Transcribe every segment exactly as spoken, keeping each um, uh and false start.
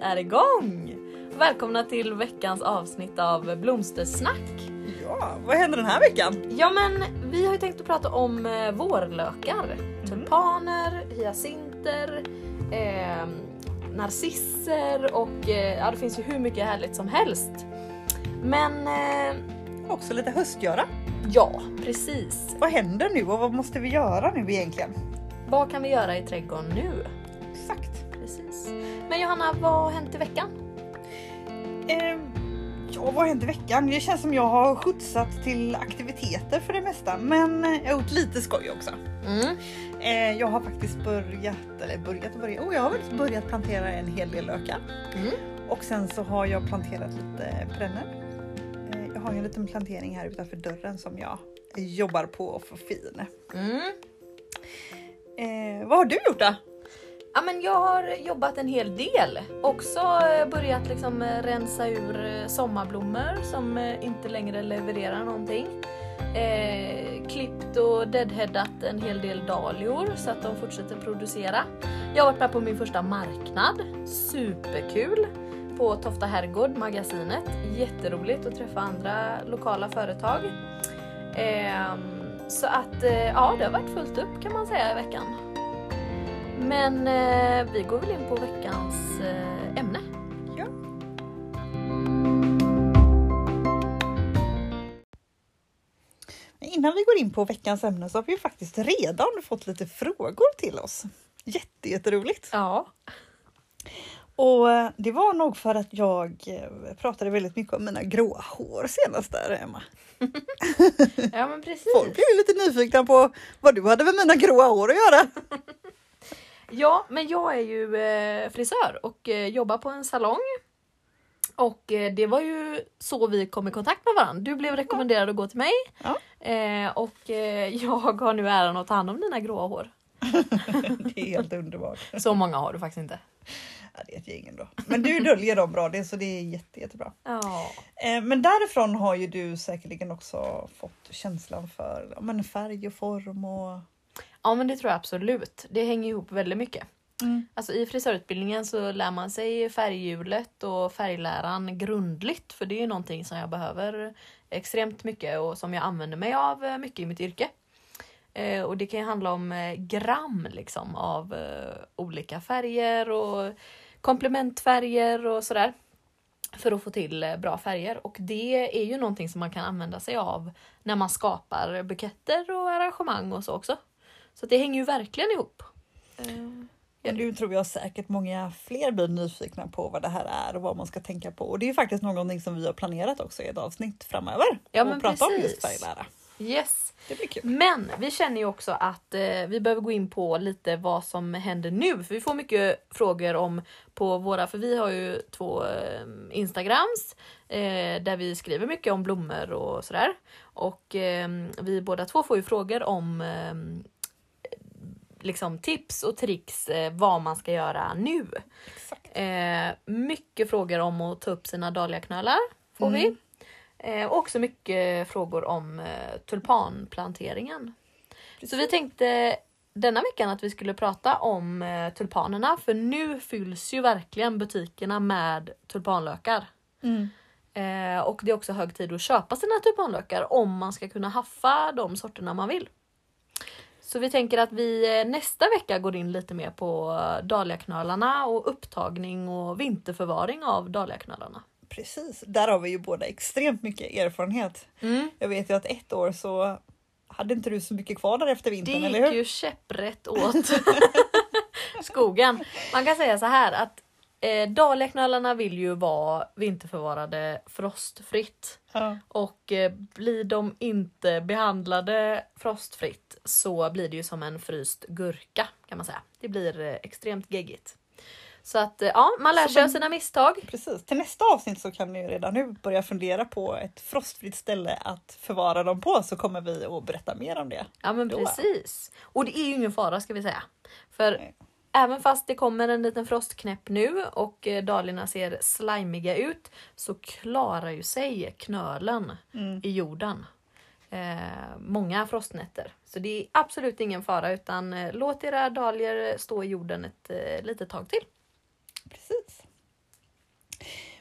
är igång! Välkomna till veckans avsnitt av Blomstersnack. Ja, vad händer den här veckan? Ja men vi har ju tänkt att prata om eh, vårlökar. Mm. Tulpaner, hyacinter, eh, narcisser och eh, ja, det finns ju hur mycket härligt som helst. Men eh, också lite höstgöra. Ja, precis. Vad händer nu och vad måste vi göra nu egentligen? Vad kan vi göra i trädgården nu? Exakt. Precis. Men Johanna, vad har hänt i veckan? Eh, ja, vad har hänt i veckan? Det känns som jag har skjutsat till aktiviteter för det mesta. Men jag har gjort lite skoj också. Mm. Eh, jag har faktiskt börjat, eller börjat och börjat. Oh, jag har faktiskt börjat plantera en hel del lökar. Mm. Och sen så har jag planterat lite perenner. Eh, jag har en liten plantering här utanför dörren som jag jobbar på för fin. Mm. Eh, vad har du gjort då? Ja, men jag har jobbat en hel del. Också börjat liksom rensa ur sommarblommor som inte längre levererar någonting. Eh, klippt och deadheadat en hel del dahlior så att de fortsätter producera. Jag har varit med på min första marknad. Superkul. På Tofta Herrgård, magasinet. Jätteroligt att träffa andra lokala företag. Eh, så att ja, det har varit fullt upp kan man säga i veckan. Men eh, vi går väl in på veckans eh, ämne. Ja. Men innan vi går in på veckans ämne så har vi ju faktiskt redan fått lite frågor till oss. Jätte, jätteroligt. Ja. Och det var nog för att jag pratade väldigt mycket om mina gråa hår senast där hemma. Ja men precis. Folk blev lite nyfikna på vad du hade med mina gråa hår att göra. Ja, men jag är ju eh, frisör och eh, jobbar på en salong. Och eh, det var ju så vi kom i kontakt med varandra. Du blev rekommenderad att gå till mig. Ja. Eh, och eh, jag har nu äran att ta hand om dina gråa hår. Det är helt underbart. Så många har du faktiskt inte. Ja, det är ett gäng ändå. Men du döljer dem bra, det, så det är jätte, jättebra. Ja. Eh, men därifrån har ju du säkerligen också fått känslan för ja, men färg och form och... Ja men det tror jag absolut. Det hänger ihop väldigt mycket. Mm. Alltså i frisörutbildningen så lär man sig färghjulet och färgläran grundligt. För det är ju någonting som jag behöver extremt mycket och som jag använder mig av mycket i mitt yrke. Eh, och det kan ju handla om eh, gram liksom av eh, olika färger och komplementfärger och sådär. För att få till eh, bra färger. Och det är ju någonting som man kan använda sig av när man skapar buketter och arrangemang och så också. Så det hänger ju verkligen ihop. Mm. Ja, nu tror jag säkert många fler blir nyfikna på vad det här är och vad man ska tänka på. Och det är ju faktiskt någonting som vi har planerat också i ett avsnitt framöver. Ja, men och prata precis. om just färglära. Yes. Det blir kul. Men vi känner ju också att eh, vi behöver gå in på lite vad som händer nu. För vi får mycket frågor om på våra, för vi har ju två eh, Instagrams eh, där vi skriver mycket om blommor och sådär. Och eh, vi båda två får ju frågor om eh, liksom tips och tricks eh, vad man ska göra nu. Exakt. Eh, mycket frågor om att ta upp sina dahliaknölar får Mm. vi. Eh, och också mycket frågor om eh, tulpanplanteringen. Precis. Så vi tänkte denna veckan att vi skulle prata om eh, tulpanerna. För nu fylls ju verkligen butikerna med tulpanlökar. Mm. Eh, och det är också hög tid att köpa sina tulpanlökar om man ska kunna haffa de sorterna man vill. Så vi tänker att vi nästa vecka går in lite mer på dahliaknölarna och upptagning och vinterförvaring av dahliaknölarna. Precis, där har vi ju båda extremt mycket erfarenhet. Mm. Jag vet ju att ett år så hade inte du så mycket kvar där efter vintern, Det eller gick hur? ju käpprätt åt skogen. Man kan säga så här att eh, dahliaknölarna vill ju vara vinterförvarade frostfritt. Ja. Och eh, blir de inte behandlade frostfritt så blir det ju som en fryst gurka kan man säga. Det blir eh, extremt geggigt. Så att ja, man lär Så sig av de- sina misstag. Precis, till nästa avsnitt så kan ni ju redan nu börja fundera på ett frostfritt ställe att förvara dem på, så kommer vi att berätta mer om det. Ja men Då. precis. Och det är ju ingen fara ska vi säga. För Nej. även fast det kommer en liten frostknäpp nu och eh, dahliorna ser slimiga ut så klarar ju sig knölen Mm. i jorden. Eh, många frostnätter. Så det är absolut ingen fara utan eh, låt era dahlior stå i jorden ett eh, litet tag till. Precis.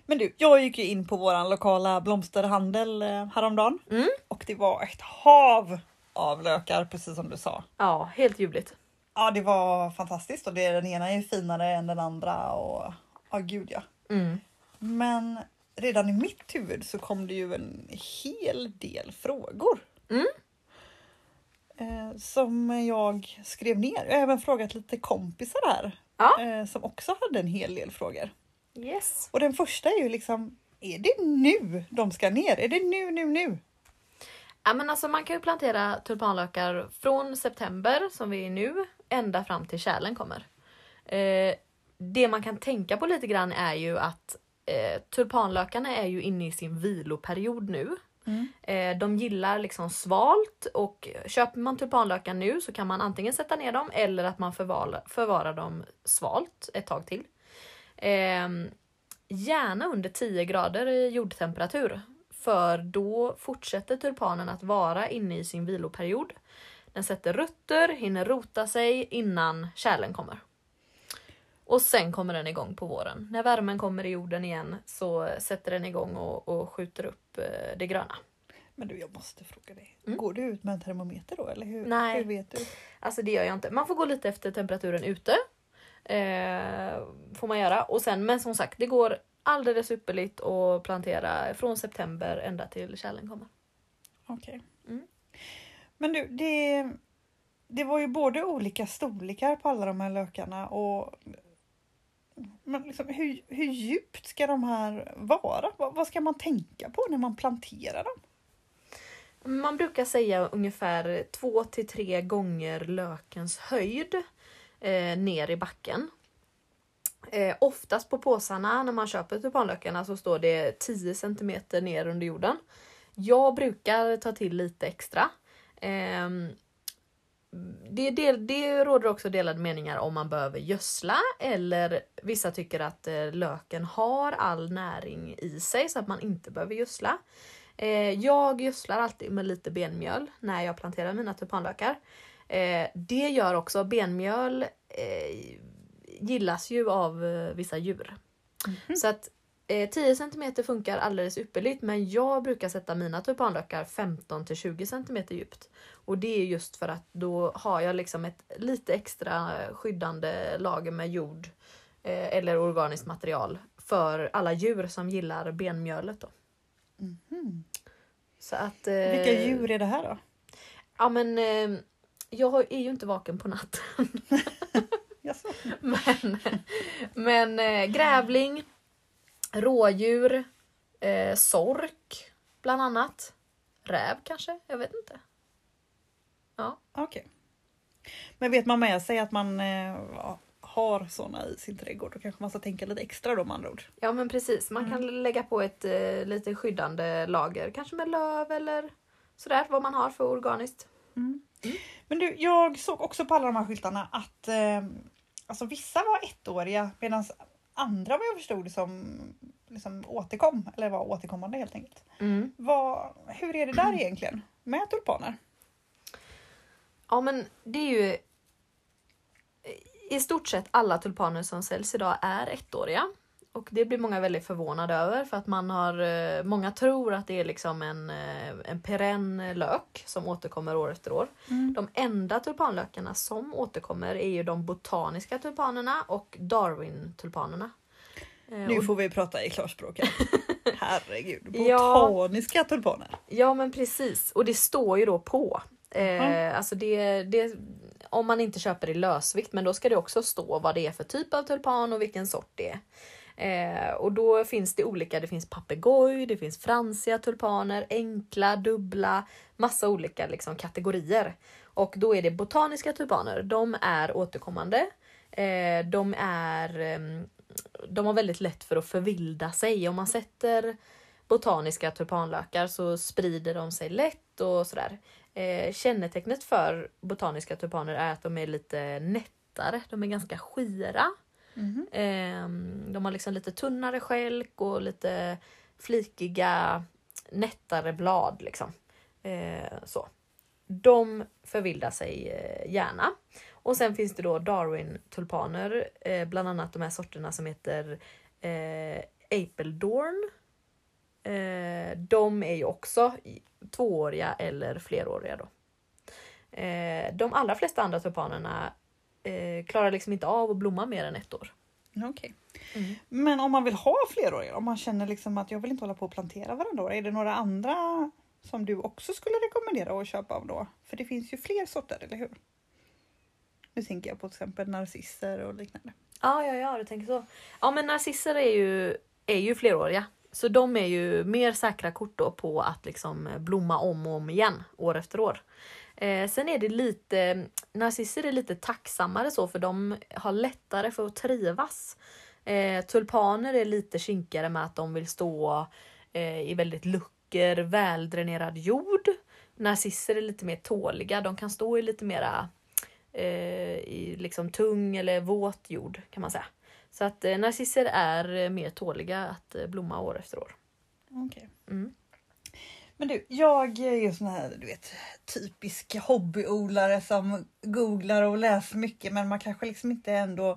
Men du, jag gick ju in på våran lokala blomsterhandel eh, häromdagen. Mm. Och det var ett hav av lökar, precis som du sa. Ja, helt ljuvligt. Ja, det var fantastiskt och det, den ena är finare än den andra och ja, gud ja. Mm. Men redan i mitt huvud så kom det ju en hel del frågor. Mm. Eh, som jag skrev ner. Jag har även frågat lite kompisar här. Ja. Eh, som också hade en hel del frågor. Yes. Och den första är ju liksom, är det nu de ska ner? Är det nu, nu, nu? Ja, men alltså man kan ju plantera tulpanlökar från september, som vi är nu, ända fram till kärlen kommer. Eh, det man kan tänka på lite grann är ju att eh, tulpanlökarna är ju inne i sin viloperiod nu. Mm. Eh, de gillar liksom svalt, och köper man tulpanlökar nu så kan man antingen sätta ner dem eller att man förvarar, förvarar dem svalt ett tag till. Eh, gärna under tio grader i jordtemperatur. För då fortsätter tulpanen att vara inne i sin viloperiod. Den sätter rötter, hinner rota sig innan kärlen kommer. Och sen kommer den igång på våren. När värmen kommer i jorden igen så sätter den igång och, och skjuter upp eh, det gröna. Men du, jag måste fråga dig. Mm. Går du ut med en termometer då? Eller hur, Nej. hur vet du? Alltså det gör jag inte. Man får gå lite efter temperaturen ute. Eh, får man göra. Och sen, men som sagt, det går alldeles ypperligt att plantera från september ända till kärlen kommer. Okej. Okay. Mm. Men du, det, det var ju både olika storlekar på alla de här lökarna och men liksom, hur, hur djupt ska de här vara? Vad, vad ska man tänka på när man planterar dem? Man brukar säga ungefär två till tre gånger lökens höjd eh, ner i backen. Eh, oftast på påsarna när man köper tulpanlökarna så står det tio centimeter ner under jorden. Jag brukar ta till lite extra. Eh, det, det, det råder också delade meningar om man behöver gödsla, eller vissa tycker att eh, löken har all näring i sig så att man inte behöver gödsla. Eh, jag gödslar alltid med lite benmjöl när jag planterar mina tulpanlökar. Eh, det gör också benmjöl eh, gillas ju av eh, vissa djur. Mm-hmm. Så att eh, tio centimeter funkar alldeles ypperligt, men jag brukar sätta mina tulpanlökar femton till tjugo centimeter djupt. Och det är just för att då har jag liksom ett lite extra skyddande lager med jord eh, eller organiskt material för alla djur som gillar benmjölet då. Mm-hmm. Så att, eh, vilka djur är det här då? Ja men eh, jag är ju inte vaken på natten. men men eh, grävling, rådjur, eh, sork bland annat. Räv kanske, jag vet inte. Ja. Okej. Okay. Men vet man med sig att man eh, har såna i sin trädgård, då kanske man ska tänka lite extra då, med andra ord. Ja men precis, man mm. kan lägga på ett eh, lite skyddande lager, kanske med löv eller sådär, vad man har för organiskt. Mm. Mm. Men du, jag såg också på alla de här skyltarna att eh, alltså vissa var ettåriga medan andra, vad jag förstod, som liksom återkom, eller var återkommande helt enkelt. Mm. Vad, hur är det där egentligen med tulpaner? Ja men det är ju i stort sett alla tulpaner som säljs idag är ettåriga. Och det blir många väldigt förvånade över, för att man har, många tror att det är liksom en, en perenn lök som återkommer år efter år. Mm. De enda tulpanlökarna som återkommer är ju de botaniska tulpanerna och Darwin-tulpanerna. Nu och... får vi prata i klarspråk här. Herregud, botaniska ja, tulpaner. Ja men precis, och det står ju då på. Mm. Eh, alltså det, det, om man inte köper i lösvikt, men då ska det också stå vad det är för typ av tulpan och vilken sort det är. Eh, och då finns det olika, det finns papegoj, det finns fransiga tulpaner, enkla, dubbla, massa olika liksom kategorier. Och då är det botaniska tulpaner, de är återkommande. Eh, de är eh, de har väldigt lätt för att förvilda sig. Om man sätter botaniska tulpanlökar så sprider de sig lätt och sådär. Eh, kännetecknet för botaniska tulpaner är att de är lite nättare, de är ganska skira. Mm-hmm. Eh, de har liksom lite tunnare skälk och lite flikiga, nättare blad liksom. Eh, så. De förvildar sig eh, gärna. Och sen finns det då Darwin-tulpaner, eh, bland annat de här sorterna som heter eh, Apeldoorn. Eh, de är ju också tvååriga eller fleråriga då. Eh, de allra flesta andra tulpanerna eh, klarar liksom inte av att blomma mer än ett år. Okej. Okay. Mm. Men om man vill ha fleråriga, om man känner liksom att jag vill inte hålla på att plantera varandra år, är det några andra som du också skulle rekommendera att köpa av då? För det finns ju fler sorter, eller hur? Nu tänker jag på till exempel narcisser och liknande. Ja, ja, ja, du tänker så. Ja, men narcisser är ju, är ju fleråriga. Så de är ju mer säkra kort då på att liksom blomma om och om igen, år efter år. Eh, sen är det lite, narcisser är lite tacksammare så, för de har lättare för att trivas. Eh, tulpaner är lite kinkigare med att de vill stå eh, i väldigt lucker, väldränerad jord. Narcisser är lite mer tåliga, de kan stå i lite mera eh, i liksom tung eller våt jord kan man säga. Så att eh, narcisser är eh, mer tåliga att eh, blomma år efter år. Okej. Okay. Mm. Men du, jag är ju sån här, du vet, typisk hobbyodlare som googlar och läser mycket, men man kanske liksom inte ändå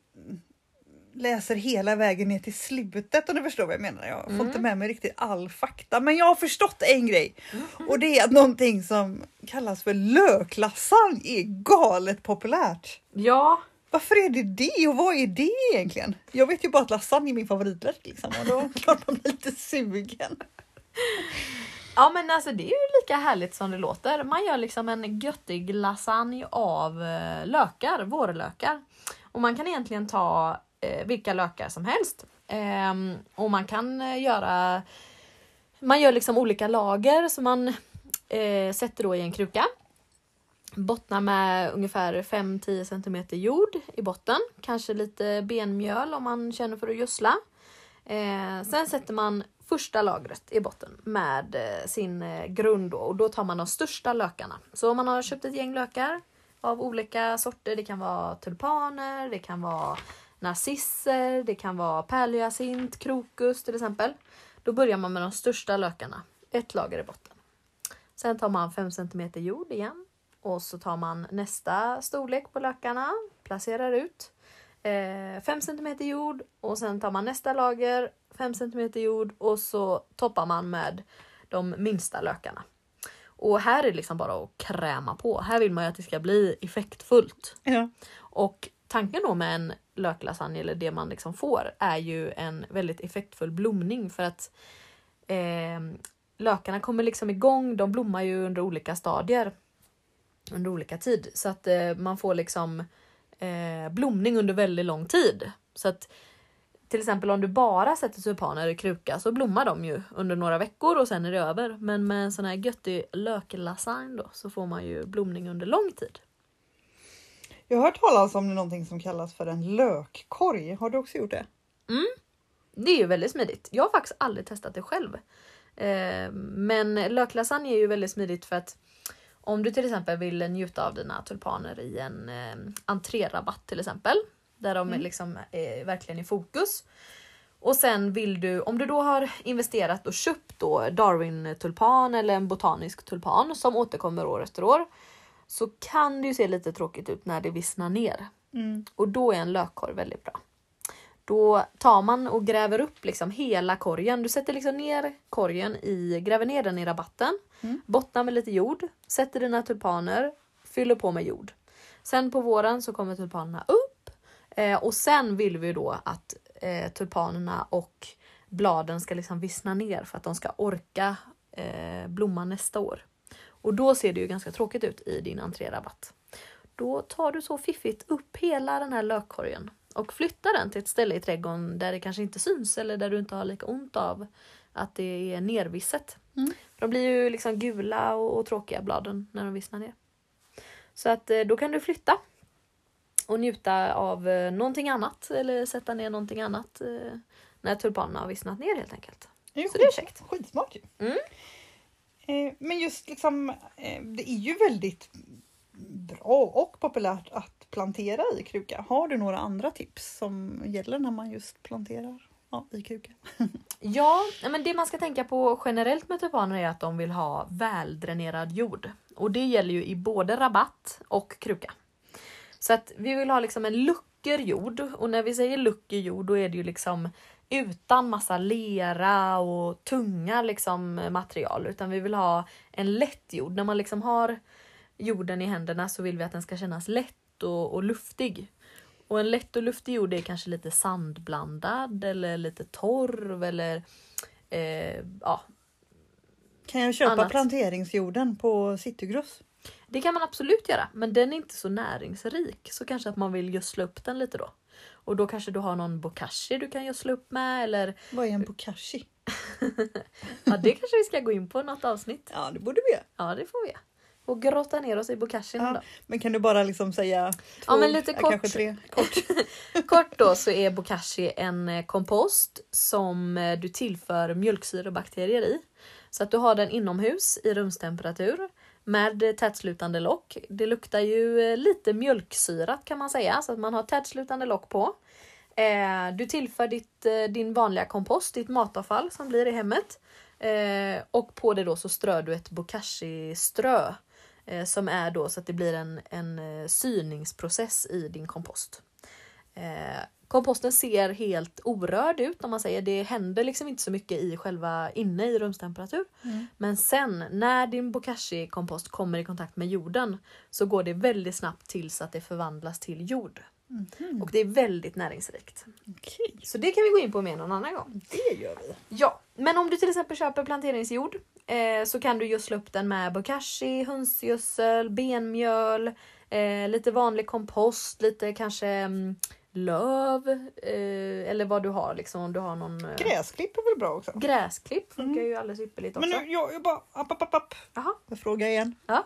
läser hela vägen ner till slutet, om du förstår vad jag menar. Jag får Mm. inte med mig riktigt all fakta, men jag har förstått en grej. Mm. Och det är att någonting som kallas för löklasagne är galet populärt. Ja. Varför är det det och vad är det egentligen? Jag vet ju bara att lasagne är min favoriträtt liksom, och då klart man blir lite sugen. Ja, men alltså det är ju lika härligt som det låter. Man gör liksom en göttig lasagne av eh, lökar, vårlökar. Och man kan egentligen ta eh, vilka lökar som helst. Ehm, och man kan eh, göra, man gör liksom olika lager som man eh, sätter då i en kruka. Bottnar med ungefär fem till tio centimeter jord i botten. Kanske lite benmjöl om man känner för att gödsla. Eh, sen sätter man första lagret i botten med eh, sin eh, grund då, och då tar man de största lökarna. Så om man har köpt ett gäng lökar av olika sorter, det kan vara tulpaner, det kan vara narcisser, det kan vara pärlhyacint, krokus till exempel. Då börjar man med de största lökarna, ett lager i botten. Sen tar man fem centimeter jord igen och så tar man nästa storlek på lökarna, placerar ut eh, fem centimeter jord och sen tar man nästa lager, fem centimeter jord, och så toppar man med de minsta lökarna. Och här är det liksom bara att kräma på. Här vill man ju att det ska bli effektfullt. Ja. Och tanken då med en löklasagne, eller det man liksom får, är ju en väldigt effektfull blomning. För att eh, lökarna kommer liksom igång, de blommar ju under olika stadier. Under olika tid. Så att eh, man får liksom eh, blomning under väldigt lång tid. Så att till exempel om du bara sätter tulpaner i kruka så blommar de ju under några veckor och sen är det över. Men med en sån här göttig löklasagne då så får man ju blomning under lång tid. Jag har hört talas om någonting som kallas för en lökkorg. Har du också gjort det? Mm. Det är ju väldigt smidigt. Jag har faktiskt aldrig testat det själv. Eh, men löklasagne är ju väldigt smidigt för att om du till exempel vill njuta av dina tulpaner i en eh, entrérabatt till exempel. Där de mm. liksom är verkligen i fokus. Och sen vill du, om du då har investerat och köpt då Darwin-tulpan eller en botanisk tulpan som återkommer år efter år. Så kan det ju se lite tråkigt ut när det vissnar ner. Mm. Och då är en lökkorg väldigt bra. Då tar man och gräver upp liksom hela korgen. Du sätter liksom ner korgen i, gräver ner den i rabatten. Mm. Bottnar med lite jord. Sätter dina tulpaner. Fyller på med jord. Sen på våren så kommer tulpanerna upp. Eh, och sen vill vi då att eh, tulpanerna och bladen ska liksom vissna ner. För att de ska orka eh, blomma nästa år. Och då ser det ju ganska tråkigt ut i din entrérabatt. Då tar du så fiffigt upp hela den här lökkorgen. Och flyttar den till ett ställe i trädgården där det kanske inte syns. Eller där du inte har lika ont av att det är nervisset. Mm. De blir ju liksom gula och, och tråkiga bladen när de vissnar ner. Så att då kan du flytta. Och njuta av eh, någonting annat. Eller sätta ner någonting annat. Eh, när tulpanerna har vissnat ner helt enkelt. Det är så det är käckt. Skitsmart ju. Mm. Eh, men just liksom, eh, det är ju väldigt bra och populärt att plantera i kruka. Har du några andra tips som gäller när man just planterar ja, i kruka? Ja, men det man ska tänka på generellt med tulpaner är att de vill ha väldränerad jord. Och det gäller ju i både rabatt och kruka. Så att vi vill ha liksom en lucker jord. Och när vi säger lucker jord då är det ju liksom utan massa lera och tunga liksom material, utan vi vill ha en lätt jord. När man liksom har jorden i händerna så vill vi att den ska kännas lätt och, och luftig. Och en lätt och luftig jord är kanske lite sandblandad eller lite torv eller eh, ja. Kan jag köpa annat. planteringsjorden på citygross? Det kan man absolut göra, men den är inte så näringsrik, så kanske att man vill gödsla upp den lite då. Och då kanske du har någon bokashi du kan gödsla upp med, eller... Vad är en bokashi? Ja, det kanske vi ska gå in på något avsnitt. Ja, det borde vi göra. Ja, det får vi. Och grotta ner oss i bokashin Ja, då. men kan du bara liksom säga två, Ja, men lite ja, kort. kanske tre, kort. Kort då så är bokashi en eh, kompost som eh, du tillför mjölksyrobakterier i. Så att du har den inomhus i rumstemperatur med eh, tätslutande lock. Det luktar ju eh, lite mjölksyrat kan man säga, så att man har tätslutande lock på. Eh, du tillför ditt, eh, din vanliga kompost, ditt matavfall som blir i hemmet. Eh, och på det då så strör du ett bokashi-strö. Eh, som är då så att det blir en, en eh, syningsprocess i din kompost. Eh, komposten ser helt orörd ut om man säger. Det händer liksom inte så mycket i själva inne i rumstemperatur. Mm. Men sen när din bokashi-kompost kommer i kontakt med jorden så går det väldigt snabbt till så att det förvandlas till jord. Mm. Och det är väldigt näringsrikt. Okej, Så det kan vi gå in på mer någon annan gång. det gör vi. Ja, men om du till exempel köper planteringsjord eh, så kan du gödsla upp den med bokashi, hönsgödsel, benmjöl, eh, lite vanlig kompost, lite kanske mm, löv eh, eller vad du har liksom, om du har någon eh, Gräsklipp är väl bra också? gräsklipp funkar Mm. ju alldeles ypperligt också. Men nu, jag, jag bara, app, app, app, app. Jaha. Jag frågar igen. Ja.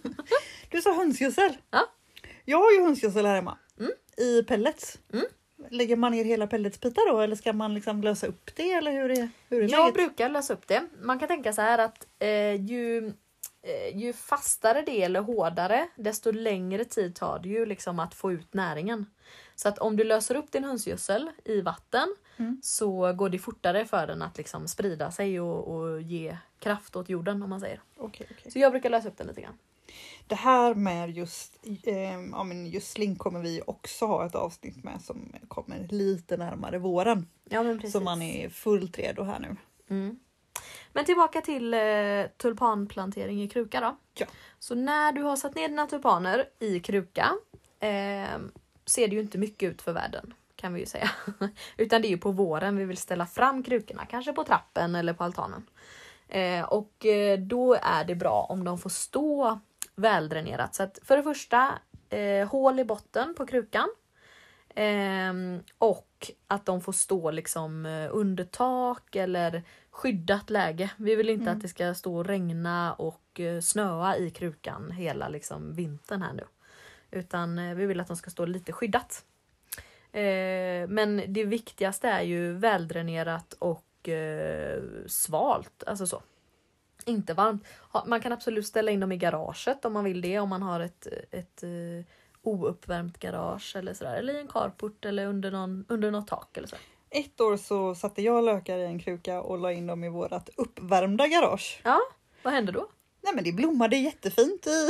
Du sa hönsgödsel. Ja. Jag har ju hönsgödsel här hemma. Mm. I pellets. Mm. Lägger man ner hela pelletsbitar då? Eller ska man liksom lösa upp det? Eller hur är, hur är Jag läget? brukar lösa upp det. Man kan tänka så här att eh, ju, eh, ju fastare det är eller hårdare, desto längre tid tar det ju liksom att få ut näringen. Så att om du löser upp din hönsgödsel i vatten Mm. så går det fortare för den att liksom sprida sig och, och ge kraft åt jorden om man säger. Okej, okej. Så jag brukar lösa upp den lite grann. Det här med just eh, ja, men gödsling kommer vi också ha ett avsnitt med som kommer lite närmare våren. Ja, men precis. Så man är fullt redo här nu. Mm. Men tillbaka till eh, tulpanplantering i kruka då. Ja. Så när du har satt ner dina tulpaner i kruka eh, ser det ju inte mycket ut för världen kan vi ju säga. Utan det är ju på våren vi vill ställa fram krukorna, kanske på trappen eller på altanen. Eh, och eh, då är det bra om de får stå väldränerat. Så att för det första eh, hål i botten på krukan. Eh, och att de får stå liksom under tak eller skyddat läge. Vi vill inte Mm. att det ska stå och regna och eh, snöa i krukan hela liksom vintern här nu. Utan eh, vi vill att de ska stå lite skyddat. Eh, men det viktigaste är ju väldränerat och eh, svalt. Alltså så. Inte varmt. Ha, man kan absolut ställa in dem i garaget om man vill det. Om man har ett, ett uh, ouppvärmt garage eller sådär. Eller i en carport eller under, någon, under något tak eller så. Ett år så satte jag lökar i en kruka och la in dem i vårat uppvärmda garage. Ja, vad hände då? Nej men det blommade jättefint i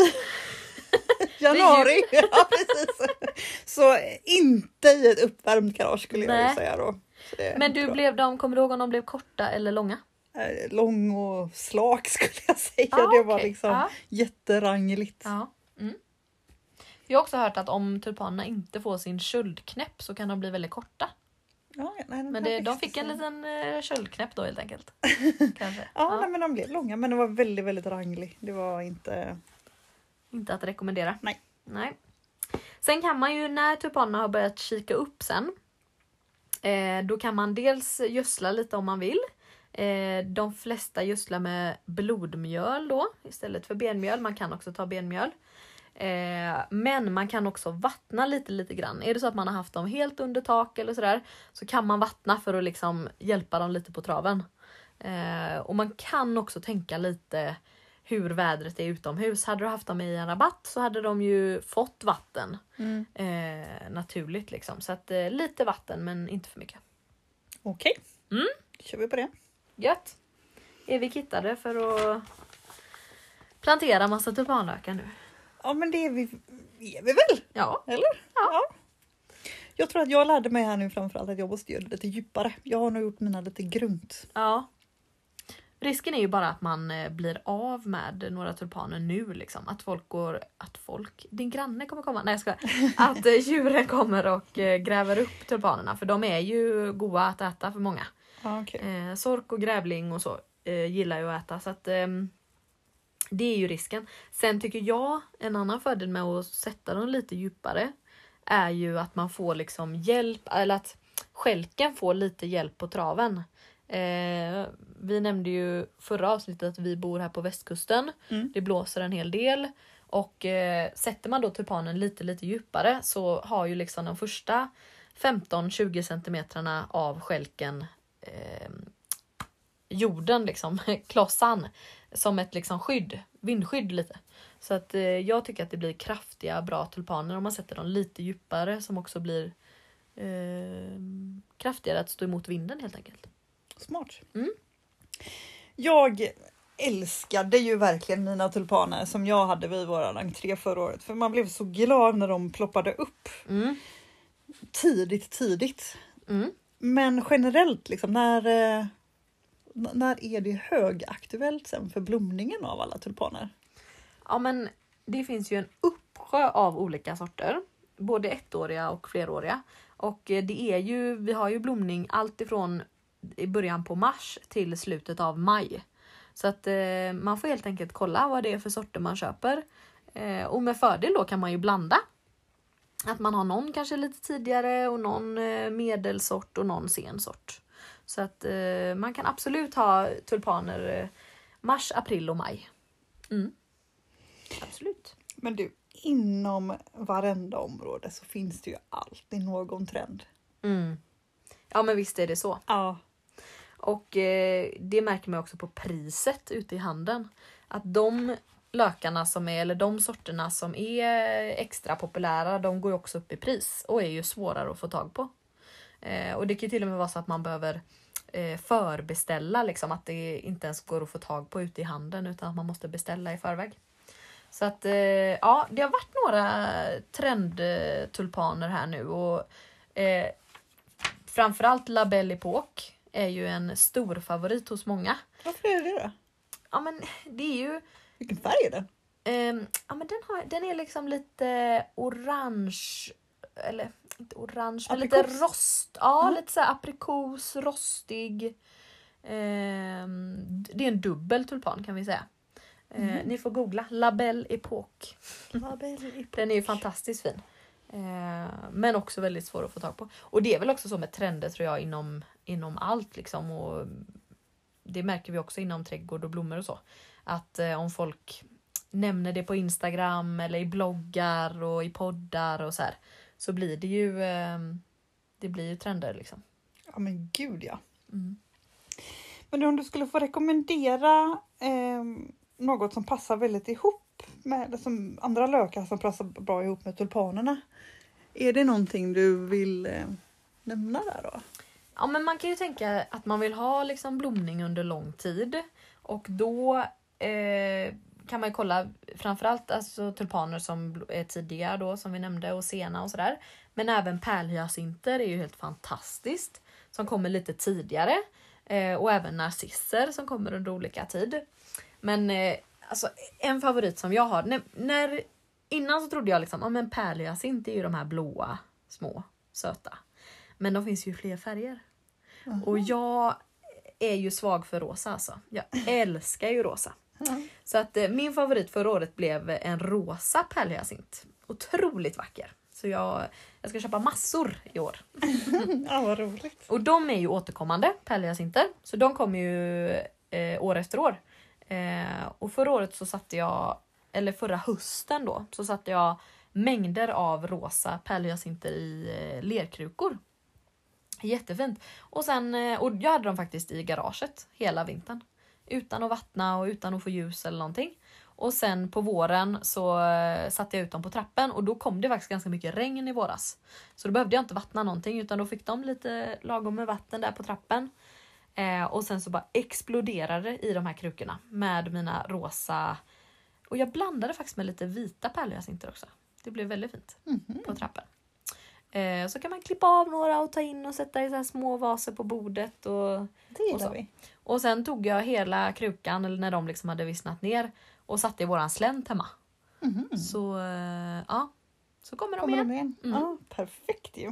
januari. Ja, precis. Så inte i ett uppvärmt garage skulle jag Nej. ju säga då. Så det är Men du bra. blev de, kommer du ihåg om de blev korta eller långa? Eh, Lång och slak skulle jag säga. Ah, det var okej. liksom Ja. jätterangligt. Ja. Mm. Jag har också hört att om tulpanerna inte får sin köldknäpp så kan de bli väldigt korta. Ja, nej, den Men här det, de växte fick en så- liten uh, köldknäpp då helt enkelt. Kanske. Ja, Ja. Nej, men de blev långa men det var väldigt väldigt ranglig. Det var inte... Inte att rekommendera. Nej. Nej. Sen kan man ju när tulpanerna har börjat kika upp sen. Eh, då kan man dels gödsla lite om man vill. Eh, de flesta gödslar med blodmjöl då istället för benmjöl. Man kan också ta benmjöl. Eh, men man kan också vattna lite lite grann. Är det så att man har haft dem helt under tak eller sådär, så kan man vattna för att liksom hjälpa dem lite på traven. Eh, och man kan också tänka lite hur vädret är utomhus. Hade du haft dem i en rabatt så hade de ju fått vatten Mm. eh, naturligt liksom. Så att eh, lite vatten men inte för mycket. Okej, Mm. kör vi på det. Gött! Är vi kittade för att plantera massa tulpanlökar nu? Ja men det är vi, är vi väl? Ja. Eller? Ja. Jag tror att jag lärde mig här nu framförallt att jag måste göra det lite djupare. Jag har nog gjort mina lite grunt. Ja. Risken är ju bara att man blir av med några tulpaner nu liksom. Att folk går, att folk, din granne kommer komma, nej jag ska, att djuren kommer och gräver upp tulpanerna. För de är ju goda att äta för många. Ja, okay. eh, sork och grävling och så eh, gillar ju att äta. Så att eh, det är ju risken. Sen tycker jag en annan fördel med att sätta dem lite djupare är ju att man får liksom hjälp, eller att skälken får lite hjälp på traven. Eh, vi nämnde ju förra avsnittet att vi bor här på västkusten. Mm. Det blåser en hel del. Och eh, sätter man då tulpanen lite lite djupare så har ju liksom de första femton till tjugo centimetrarna av skälken eh, jorden liksom, klossan som ett liksom skydd, vindskydd lite. Så att eh, jag tycker att det blir kraftiga bra tulpaner om man sätter dem lite djupare som också blir eh, kraftigare att stå emot vinden helt enkelt. Smart. Mm. Jag älskade ju verkligen mina tulpaner som jag hade vid våran entré förra året. För man blev så glad när de ploppade upp. Mm. Tidigt, tidigt. Mm. Men generellt, liksom, när, när är det högaktuellt sen för blomningen av alla tulpaner? Ja, men det finns ju en uppsjö av olika sorter. Både ettåriga och fleråriga. Och det är ju, vi har ju blomning allt ifrån i början på mars till slutet av maj. Så att eh, man får helt enkelt kolla vad det är för sorter man köper. Eh, och med fördel då kan man ju blanda. Att man har någon kanske lite tidigare och någon eh, medelsort och någon sen sort. Så att eh, man kan absolut ha tulpaner eh, mars, april och maj. Mm. Absolut. Men du, inom varenda område så finns det ju alltid någon trend. Mm. Ja, men visst är det så. Ja. Och eh, det märker man också på priset ute i handeln. Att de lökarna som är, eller de sorterna som är extra populära, de går ju också upp i pris och är ju svårare att få tag på. Eh, och det kan ju till och med vara så att man behöver eh, förbeställa, liksom, att det inte ens går att få tag på ute i handeln utan att man måste beställa i förväg. Så att eh, ja, det har varit några trendtulpaner här nu och eh, framförallt La Belle Époque är ju en stor favorit hos många. Varför är det då? Ja, men det är ju... Vilken färg är den? Eh, ja, men den, har, den är liksom lite orange, eller inte orange, men lite rost. Ja, mm. Lite så här aprikos, rostig. Eh, det är en dubbel tulpan kan vi säga. Mm. Eh, ni får googla La Belle Époque. La Belle Époque. Den är ju fantastiskt fin. Eh, men också väldigt svår att få tag på. Och det är väl också så med trender tror jag inom, inom allt liksom. Och det märker vi också inom trädgård och blommor och så. Att eh, om folk nämner det på Instagram eller i bloggar och i poddar och så här. Så blir det ju, eh, det blir ju trender liksom. Ja men gud ja. Mm. Men om du skulle få rekommendera eh, något som passar väldigt ihop med som andra lökar som passar bra ihop med tulpanerna. Är det någonting du vill eh, nämna där då? Ja, men man kan ju tänka att man vill ha liksom blomning under lång tid. Och då eh, kan man ju kolla framförallt alltså, tulpaner som är tidiga då som vi nämnde och sena och sådär. Men även pärlhyacinter är ju helt fantastiskt. Som kommer lite tidigare. Eh, och även narcisser som kommer under olika tid. Men eh, alltså en favorit som jag har. När, när, innan så trodde jag liksom, ja men pärlhyacint är ju de här blåa, små, söta. Men de finns ju fler färger. Mm. Och jag är ju svag för rosa alltså. Jag älskar ju rosa. Mm. Så att eh, min favorit förra året blev en rosa pärlhyacint. Otroligt vacker. Så jag, jag ska köpa massor i år. Ja, vad roligt. Och de är ju återkommande, pärlhyacinter. Så de kommer ju eh, år efter år. Eh, och förra året så satte jag, eller förra hösten då, så satte jag mängder av rosa pärlhyacinter i eh, lerkrukor. Jättefint. Och sen, eh, och jag hade dem faktiskt i garaget hela vintern. Utan att vattna och utan att få ljus eller någonting. Och sen på våren så eh, satte jag ut dem på trappen och då kom det faktiskt ganska mycket regn i våras. Så då behövde jag inte vattna någonting utan då fick de lite lagom med vatten där på trappen. Eh, och sen så bara exploderade det i de här krukorna med mina rosa. Och jag blandade faktiskt med lite vita pärlhyacinter också. Det blev väldigt fint mm-hmm. på trappen. Eh, så kan man klippa av några och ta in och sätta i så här små vaser på bordet. Och, Det gillar och, så. vi. och sen tog jag hela krukan, eller när de liksom hade vissnat ner, och satte i våran slänt hemma. Mhm. Så eh, ja, så kommer de Kommer igen. de igen? Mm. Ja, perfekt ju.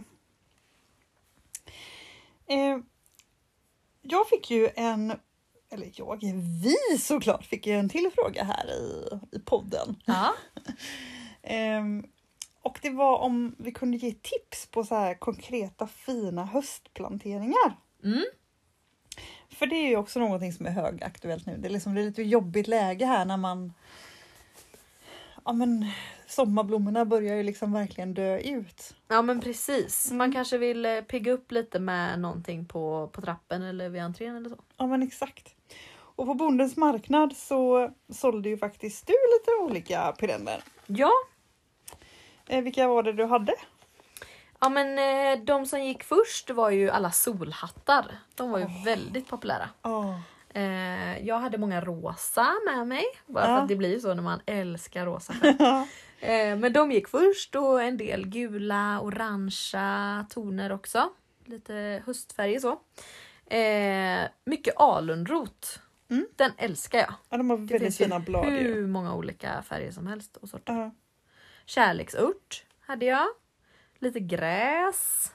Eh, jag fick ju en, eller jag, vi såklart fick ju en till fråga här i, i podden. Ja. Eh, och det var om vi kunde ge tips på så här konkreta fina höstplanteringar. Mm. För det är ju också någonting som är högaktuellt nu. Det är liksom det är lite jobbigt läge här när man... Ja men sommarblommorna börjar ju liksom verkligen dö ut. Ja men precis. Man kanske vill eh, pigga upp lite med någonting på, på trappen eller vid entrén eller så. Ja men exakt. Och på Bondens marknad så sålde ju faktiskt du lite olika perenner. Ja. Eh, vilka var det du hade? Ja men eh, de som gick först var ju alla solhattar. De var ju Åh. väldigt populära. Oh. Eh, jag hade många rosa med mig. Bara för Ja. att det blir ju så när man älskar rosa färg. eh, Men de gick först och en del gula, orangea toner också. Lite höstfärger så. Eh, mycket alunrot. Mm. Den älskar jag. Ja, de har Det väldigt finns ju fina blad ju. hur många olika färger som helst och sorter. Ja. Kärleksört hade jag. Lite gräs.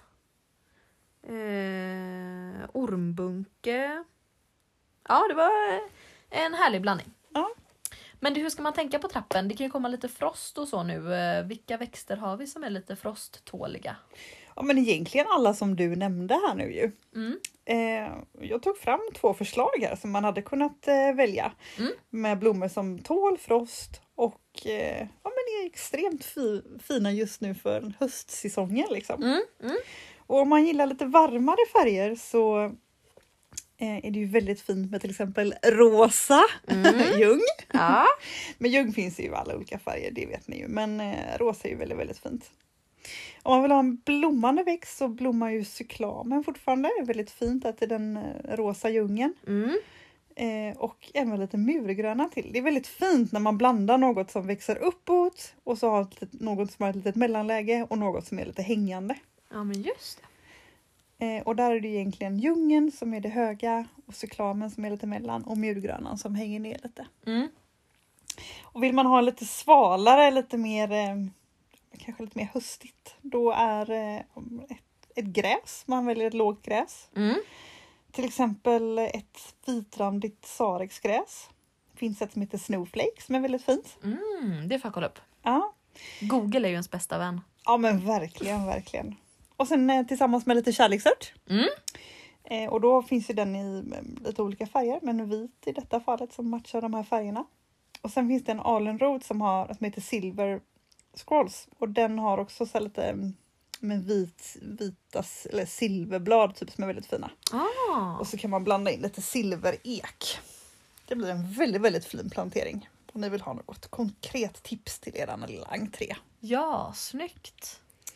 Eh, ormbunke. Ja, det var en härlig blandning. Ja. Men det, hur ska man tänka på trappen? Det kan ju komma lite frost och så nu. Eh, vilka växter har vi som är lite frosttåliga? Ja men egentligen alla som du nämnde här nu ju. Mm. Eh, jag tog fram två förslag här som man hade kunnat eh, välja. Mm. Med blommor som tål frost och eh, ja, men är extremt fi- fina just nu för höstsäsongen. Liksom. Mm. Mm. Och om man gillar lite varmare färger så eh, är det ju väldigt fint med till exempel rosa Mm. ljung. Ja. Men ljung finns ju i alla olika färger, det vet ni ju. Men eh, rosa är ju väldigt, väldigt fint. Om man vill ha en blommande växt så blommar ju cyklamen fortfarande. Det är väldigt fint att det är den eh, rosa ljungen. Mm. Eh, och även lite murgröna till. Det är väldigt fint när man blandar något som växer uppåt och så har ett, litet- något som har ett litet mellanläge och något som är lite hängande. Ja men just det. Eh, och där är det egentligen ljungen som är det höga och cyklamen som är lite mellan och murgrönan som hänger ner lite. Mm. Och vill man ha lite svalare, lite mer eh, kanske lite mer höstigt, då är eh, ett, ett gräs, man väljer ett lågt gräs. Mm. Till exempel ett vitrandigt sarexgräs. Det finns ett som heter Snowflake som är väldigt fint. Mm. Det får jag kolla upp. Ja, Google är ju ens bästa vän. ja men verkligen, verkligen. Och sen eh, tillsammans med lite kärleksört. Mm. Eh, och då finns ju den i eh, lite olika färger, men vit i detta fallet som matchar de här färgerna. Och sen finns det en alunrot som, har, som heter Silver Scrolls. Och den har också så här lite mm, med vit, vita eller silverblad typ som är väldigt fina. Ah. Och så kan man blanda in lite silverek. Det blir en väldigt, väldigt fin plantering. Om ni vill ha något konkret tips till er lilla entré. Ja, snyggt.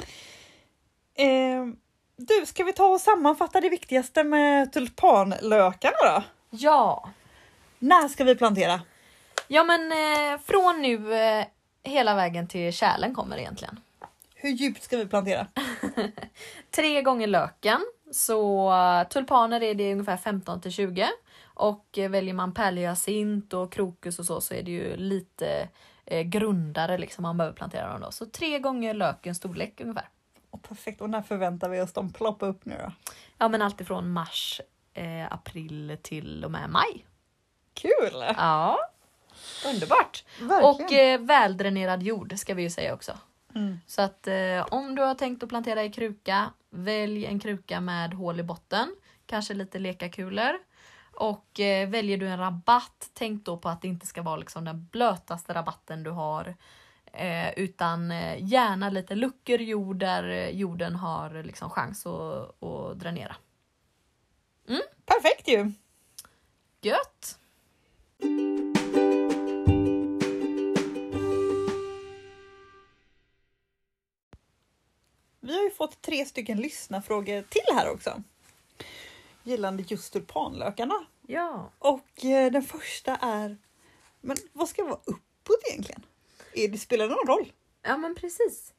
Eh, du, ska vi ta och sammanfatta det viktigaste med tulpanlökarna då? Ja. När ska vi plantera? Ja men eh, från nu eh, hela vägen till kärlen kommer egentligen. Hur djupt ska vi plantera? Tre gånger löken. Så uh, tulpaner är det ungefär femton till tjugo. Och eh, väljer man pärlhyacint och krokus och så så är det ju lite eh, grundare liksom man behöver plantera dem då. Så tre gånger lökens storlek ungefär. Oh, perfekt. Och när förväntar vi oss dem ploppa upp nu då? Ja men alltid från mars, eh, april till och med maj. Kul! Ja, underbart. Verkligen. Och eh, väldränerad jord ska vi ju säga också. Mm. Så att eh, om du har tänkt att plantera i kruka, välj en kruka med hål i botten. Kanske lite lekakulor. Och eh, väljer du en rabatt, tänk då på att det inte ska vara liksom den blötaste rabatten du har. Eh, utan eh, gärna lite luckor i jord där eh, jorden har liksom chans att, att dränera. Perfekt ju! Gött! Vi har ju fått tre stycken lyssnarfrågor till här också. Gällande just tulpanlökarna. Ja. Och eh, den första är, men vad ska vara uppåt egentligen? Är det, spelar det någon roll? Ja men precis.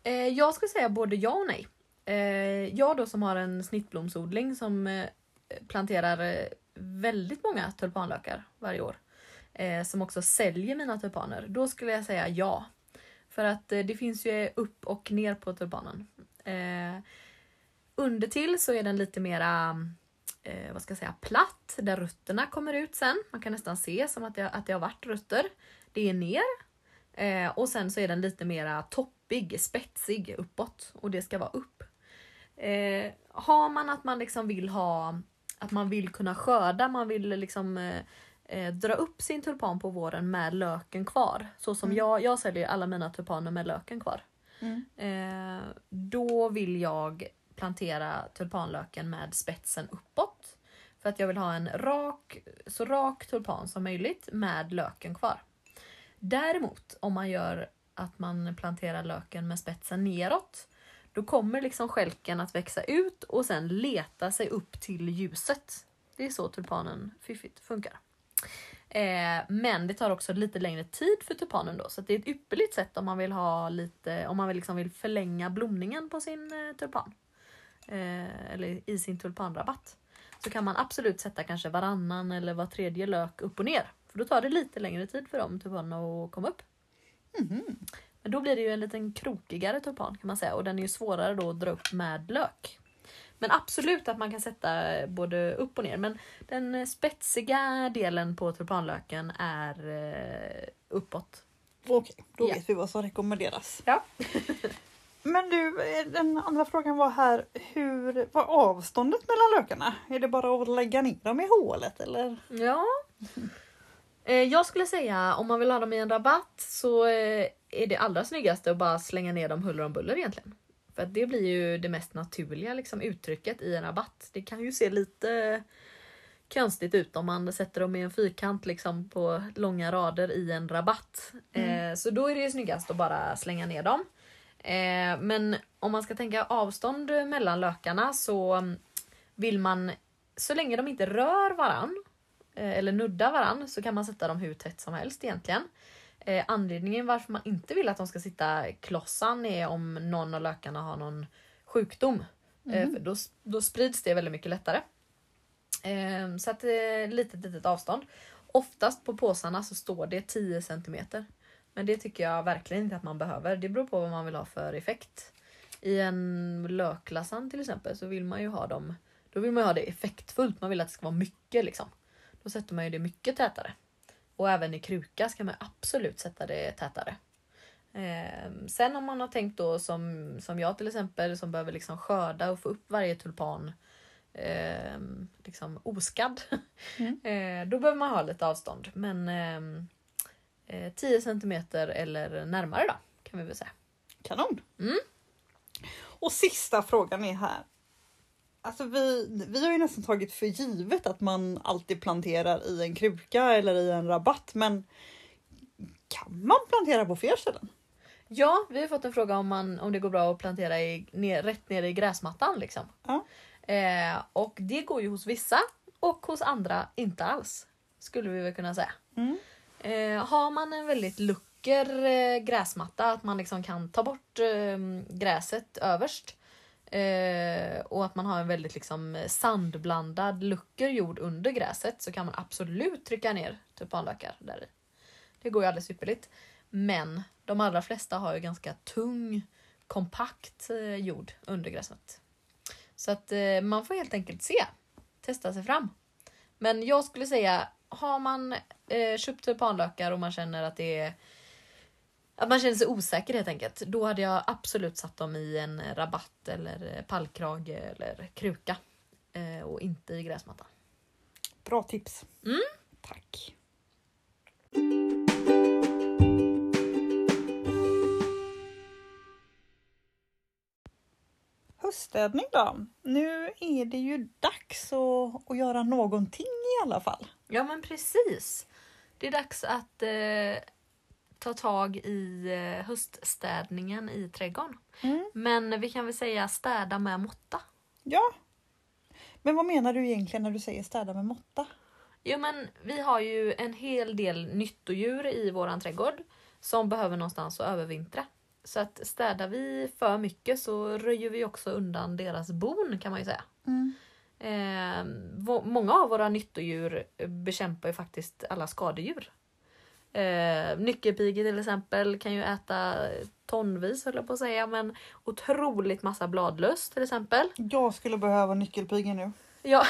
Eh, jag skulle säga både ja och nej. Eh, jag då som har en snittblomsodling som eh, planterar eh, väldigt många tulpanlökar varje år. Eh, som också säljer mina tulpaner. Då skulle jag säga ja. För att eh, det finns ju upp och ner på tulpanen. Eh, under till så är den lite mera eh, vad ska jag säga, platt. Där rötterna kommer ut sen. Man kan nästan se som att det, att det har varit rötter. Det är ner. Eh, och sen så är den lite mera toppig, spetsig uppåt. Och det ska vara upp. Eh, har man att man liksom vill ha, att man vill kunna skörda, man vill liksom eh, eh, dra upp sin tulpan på våren med löken kvar. Så som mm. jag, jag säljer alla mina tulpaner med löken kvar. Mm. Eh, då vill jag plantera tulpanlöken med spetsen uppåt. För att jag vill ha en rak, så rak tulpan som möjligt med löken kvar. Däremot om man gör att man planterar löken med spetsen neråt, då kommer liksom skälken att växa ut och sen leta sig upp till ljuset. Det är så tulpanen fiffigt funkar. Eh, men det tar också lite längre tid för tulpanen då. Så det är ett ypperligt sätt om man vill ha lite, om man vill, liksom vill förlänga blomningen på sin eh, tulpan. Eh, eller i sin tulpanrabatt. Så kan man absolut sätta kanske varannan eller var tredje lök upp och ner. För då tar det lite längre tid för dem tulpanerna att komma upp. Mm-hmm. Men då blir det ju en liten krokigare tulpan kan man säga. Och den är ju svårare då att dra upp med lök. Men absolut att man kan sätta både upp och ner. Men den spetsiga delen på tulpanlöken är eh, uppåt. Okej, då ja. vet vi vad som rekommenderas. Ja. Men du, den andra frågan var här. Hur var avståndet mellan lökarna? Är det bara att lägga ner dem i hålet eller? Ja. Jag skulle säga om man vill ha dem i en rabatt så är det allra snyggaste att bara slänga ner dem huller om buller egentligen. För att det blir ju det mest naturliga liksom, uttrycket i en rabatt. Det kan ju se lite konstigt ut om man sätter dem i en fyrkant liksom, på långa rader i en rabatt. Mm. Eh, så då är det ju snyggast att bara slänga ner dem. Eh, men om man ska tänka avstånd mellan lökarna så vill man, så länge de inte rör varann eller nuddar varann, så kan man sätta dem hur tätt som helst egentligen. Eh, anledningen varför man inte vill att de ska sitta klossan är om någon av lökarna har någon sjukdom. Mm. Eh, för då, då sprids det väldigt mycket lättare. Eh, så att eh, litet litet avstånd. Oftast på påsarna så står det tio centimeter. Men det tycker jag verkligen inte att man behöver. Det beror på vad man vill ha för effekt. I en löklasan till exempel så vill man ju ha dem, då vill man ha det effektfullt. Man vill att det ska vara mycket liksom. Då sätter man ju det mycket tätare. Och även i kruka ska man absolut sätta det tätare. Eh, sen om man har tänkt då som, som jag till exempel som behöver liksom skörda och få upp varje tulpan eh, liksom oskadd. Mm. eh, då behöver man ha lite avstånd. Men eh, tio centimeter eller närmare då kan vi väl säga. Kanon. Mm. Och sista frågan är här. Alltså vi, vi har ju nästan tagit för givet att man alltid planterar i en kruka eller i en rabatt. Men kan man plantera på fler ställen? Ja, vi har fått en fråga om, man, om det går bra att plantera i, ner, rätt ner i gräsmattan. Liksom. Ja. Eh, och det går ju hos vissa och hos andra inte alls. Skulle vi väl kunna säga. Mm. Eh, har man en väldigt lucker eh, gräsmatta, att man liksom kan ta bort eh, gräset överst. Eh, och att man har en väldigt liksom sandblandad lucker jord under gräset, så kan man absolut trycka ner tulpanlökar där i. Det går ju alldeles ypperligt. Men de allra flesta har ju ganska tung, kompakt eh, jord under gräset. Så att eh, man får helt enkelt se. Testa sig fram. Men jag skulle säga, har man eh, köpt tulpanlökar och man känner att det är att man känner sig osäker helt enkelt, då hade jag absolut satt dem i en rabatt eller pallkrage eller kruka eh, och inte i gräsmattan. Bra tips. Mm. Tack. Höststädning då. Nu är det ju dags att, att göra någonting i alla fall. Ja men precis. Det är dags att eh, ta tag i eh, höststädningen i trädgården. Mm. Men vi kan väl säga städa med måtta. Ja. Men vad menar du egentligen när du säger städa med måtta? Jo men vi har ju en hel del nyttodjur i våran trädgård som behöver någonstans att övervintra. Så att städar vi för mycket så röjer vi också undan deras bon, kan man ju säga. Mm. Eh, v- många av våra nyttodjur bekämpar ju faktiskt alla skadedjur. Eh, nyckelpigor till exempel kan ju äta tonvis, höll jag på att säga, men otroligt massa bladlöss till exempel. Jag skulle behöva nyckelpigor nu. Ja,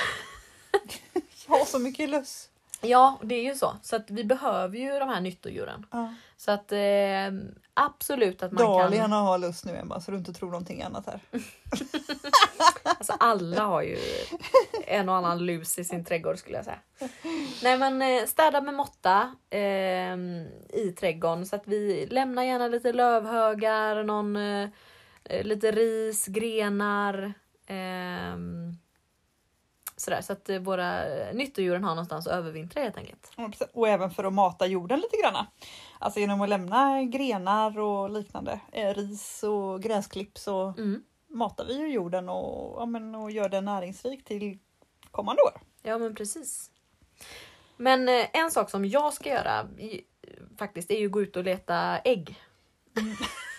Jag har så mycket löss. ja, det är ju så. Så att vi behöver ju de här nyttodjuren. Ja. Så att eh, absolut att man Dahliorna kan... har lust nu, Emma, så du inte tror någonting annat här. Alltså alla har ju en och annan lus i sin trädgård, skulle jag säga. Nej, men eh, städa med måtta eh, i trädgården, så att vi lämnar gärna lite lövhögar, någon, eh, lite ris, grenar, eh, sådär, så att eh, våra nyttodjuren har någonstans att övervintra helt enkelt. Och även för att mata jorden lite grann. Alltså genom att lämna grenar och liknande, eh, ris och gräsklipp, så Mm. matar vi ju jorden och, ja, men, och gör den näringsrik till kommande år. Ja, men precis. Men eh, en sak som jag ska göra i, faktiskt är ju att gå ut och leta ägg. Mm.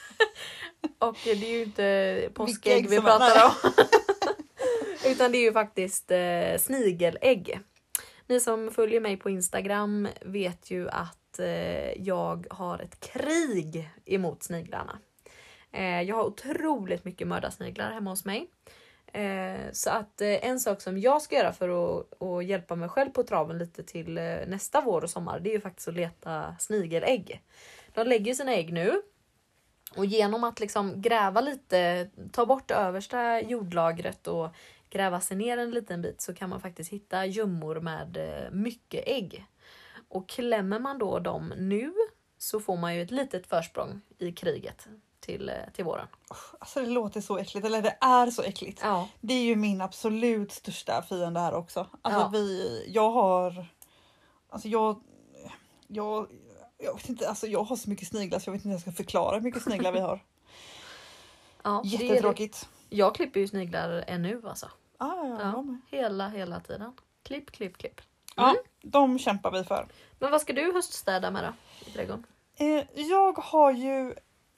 Och det är ju inte Vilka påskägg ägg vi som- pratar nej. om. Utan det är ju faktiskt eh, snigelägg. Ni som följer mig på Instagram vet ju att eh, jag har ett krig emot sniglarna. Eh, jag har otroligt mycket mördarsniglar hemma hos mig. Eh, så att eh, en sak som jag ska göra för att, att hjälpa mig själv på traven lite till eh, nästa vår och sommar, det är ju faktiskt att leta snigelägg. De lägger sina ägg nu. Och genom att liksom gräva lite, ta bort det översta jordlagret och gräva sig ner en liten bit, så kan man faktiskt hitta gömmor med eh, mycket ägg. Och klämmer man då dem nu så får man ju ett litet försprång i kriget till, eh, till våren. Alltså det låter så äckligt, eller det är så äckligt. Ja. Det är ju min absolut största fiende här också. Alltså Ja. vi, jag har, alltså jag, jag, jag vet inte, alltså jag har så mycket sniglar så jag vet inte hur jag ska förklara hur mycket sniglar vi har. Ja, det är det. Jättetråkigt. Jag klipper ju sniglar ännu alltså. Ah, ja, ja, Ja. jag med. Hela, hela tiden. Klipp, klipp, klipp. Ja, Mm. de kämpar vi för. Men vad ska du höststäda med då i trädgården? Eh, jag har ju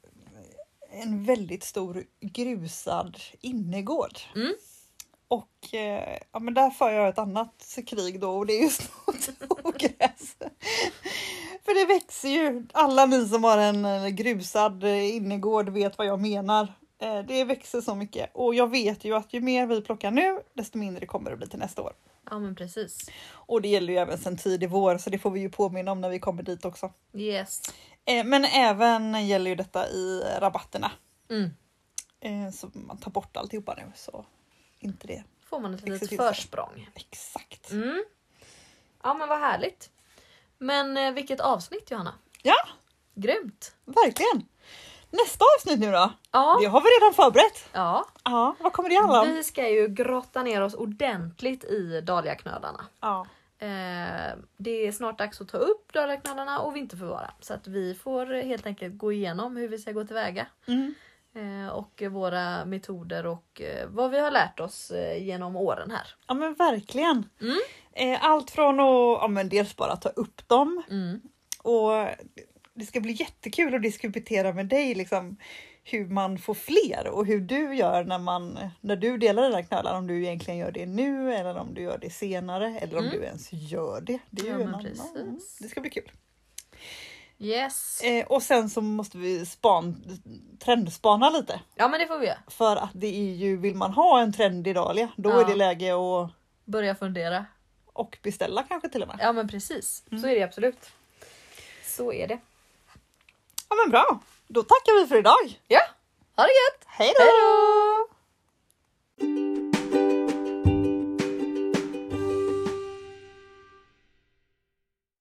en väldigt stor grusad innergård. Mm. Och eh, ja, men där för jag ett annat krig då, och det är just ogräs. För det växer ju. Alla ni som har en eh, grusad eh, innergård vet vad jag menar. Eh, det växer så mycket. Och jag vet ju att ju mer vi plockar nu, desto mindre kommer det bli till nästa år. Ja, men precis. Och det gäller ju även sen tidig vår, så det får vi ju påminna om när vi kommer dit också. Yes. Eh, men även gäller ju detta i rabatterna. Mm. Eh, så man tar bort alltihopa nu, så inte det. Får man ett Växer litet till sig. försprång. Exakt. Mm. Ja, men vad härligt. Men eh, vilket avsnitt, Johanna? Ja, Grymt. verkligen. Nästa avsnitt nu då? Ja. Det har vi redan förberett. Ja. Ja, vad kommer det handla om? Vi ska ju grotta ner oss ordentligt i dahliaknölarna. Ja. Eh, det är snart dags att ta upp dahliaknölarna och vinterförvara. Så att vi får helt enkelt gå igenom hur vi ska gå tillväga. Mm. Eh, och våra metoder och eh, vad vi har lärt oss eh, genom åren här. Ja, men verkligen. Mm. Eh, allt från att ja, men dels bara ta upp dem. Mm. Och det ska bli jättekul att diskutera med dig liksom, hur man får fler och hur du gör när, man, när du delar den här knölen. Om du egentligen gör det nu eller om du gör det senare eller om Mm. du ens gör det. Det, är Ja, ju en men annan. precis. Det ska bli kul. Yes. Eh, och sen så måste vi span, trendspana lite. Ja, men det får vi göra. För att det är ju, vill man ha en trendig dahlia, då Ja. är det läge att Börja fundera. och beställa kanske till och med. Ja, men precis. Mm. Så är det absolut. Så är det. Ja, men bra. Då tackar vi för idag. Ja, ha det gött! Hej då! Hej då!